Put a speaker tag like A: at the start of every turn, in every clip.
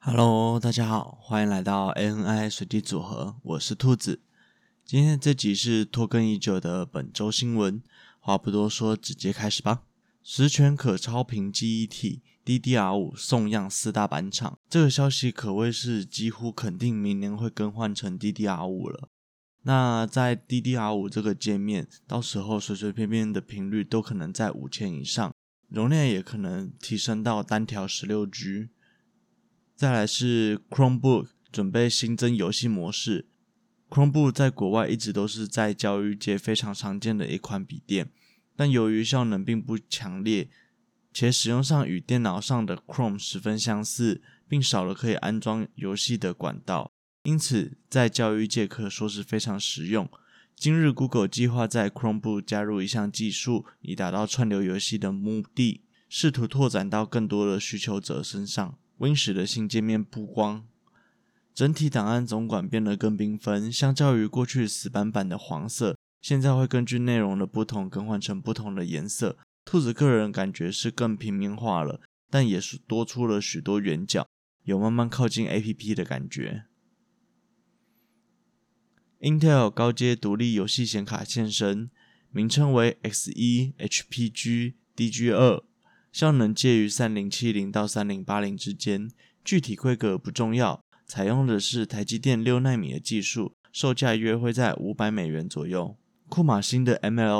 A: Hello， 大家好，欢迎来到 ANI 随机组合，我是兔子。今天这集是拖更已久的本周新闻，话不多说，直接开始吧。十全可超频记忆体 DDR5 送样4大板厂，这个消息可谓是几乎肯定明年会更换成 DDR5 了。那在 DDR5 这个界面，到时候随随便便的频率都可能在5000以上，容量也可能提升到单条 16G。再来是 Chromebook 准备新增游戏模式。Chromebook 在国外一直都是在教育界非常常见的一款笔电，但由于效能并不强烈，且使用上与电脑上的 Chrome 十分相似，并少了可以安装游戏的管道，因此在教育界可说是非常实用。今日 Google 计划在 Chromebook 加入一项技术，以达到串流游戏的目的，试图拓展到更多的需求者身上。Win10 的新界面曝光，整体档案总管变得更缤纷，相较于过去死板板的黄色，现在会根据内容的不同更换成不同的颜色。兔子个人感觉是更平面化了，但也是多出了许多圆角，有慢慢靠近 APP 的感觉。Intel 高阶独立游戏显卡现身，名称为 Xe HPG DG2，效能介于3070到3080之间，具体规格不重要，采用的是台积电6奈米的技术，售价约会在$500左右。库马新的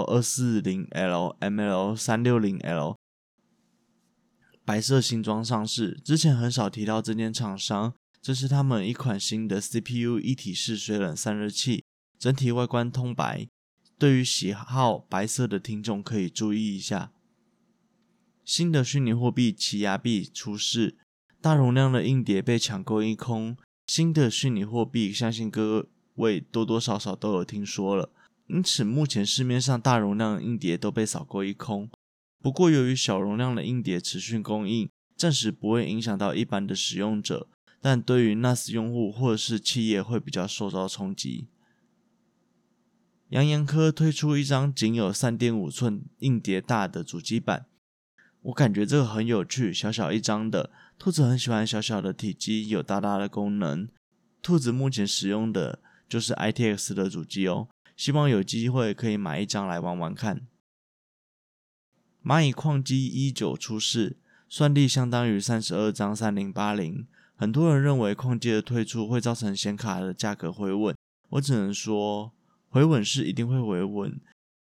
A: ML240L、ML360L 白色新装上市，之前很少提到这间厂商，这是他们一款新的 CPU 一体式水冷散热器，整体外观通白，对于喜好白色的听众可以注意一下。新的虚拟货币奇亚币出世，大容量的硬碟被抢购一空。新的虚拟货币相信各位多多少少都有听说了，因此目前市面上大容量的硬碟都被扫购一空。不过由于小容量的硬碟持续供应，暂时不会影响到一般的使用者，但对于 NAS 用户或者是企业会比较受到冲击。扬言科推出一张仅有 3.5 寸硬碟大的主机板，我感觉这个很有趣，小小一张的，兔子很喜欢小小的体积，有大大的功能。兔子目前使用的就是 ITX 的主机哦，希望有机会可以买一张来玩玩看。蚂蚁矿机 E9 出世，算力相当于32张3080，很多人认为矿机的推出会造成显卡的价格回稳，我只能说回稳是一定会回稳，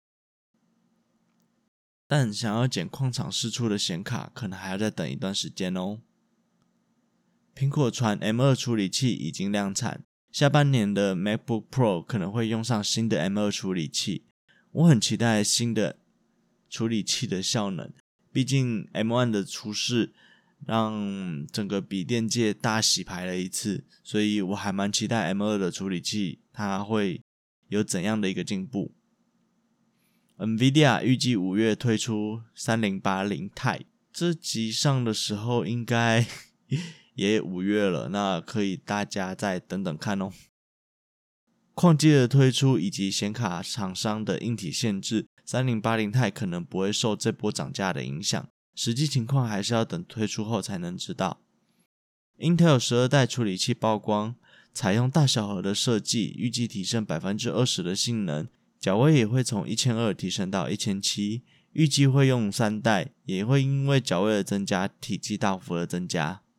A: 但想要捡矿场释出的显卡，可能还要再等一段时间哦。苹果传 M2 处理器已经量产，下半年的 MacBook Pro 可能会用上新的 M2 处理器，我很期待新的处理器的效能，毕竟 M1 的出世让整个笔电界大洗牌了一次，所以我还蛮期待 M2 的处理器它会有怎样的一个进步。NVIDIA 预计5月推出3080 Ti， 这集上的时候应该也5月了，那可以大家再等等看哦。矿机的推出以及显卡厂商的硬体限制，3080 Ti 可能不会受这波涨价的影响，实际情况还是要等推出后才能知道。Intel 12代处理器曝光，采用大小核的设计，预计提升 20% 的性能，脚位也会从1200提升到1700，预计会用3代，也会因为脚位的增加，体积大幅的增加。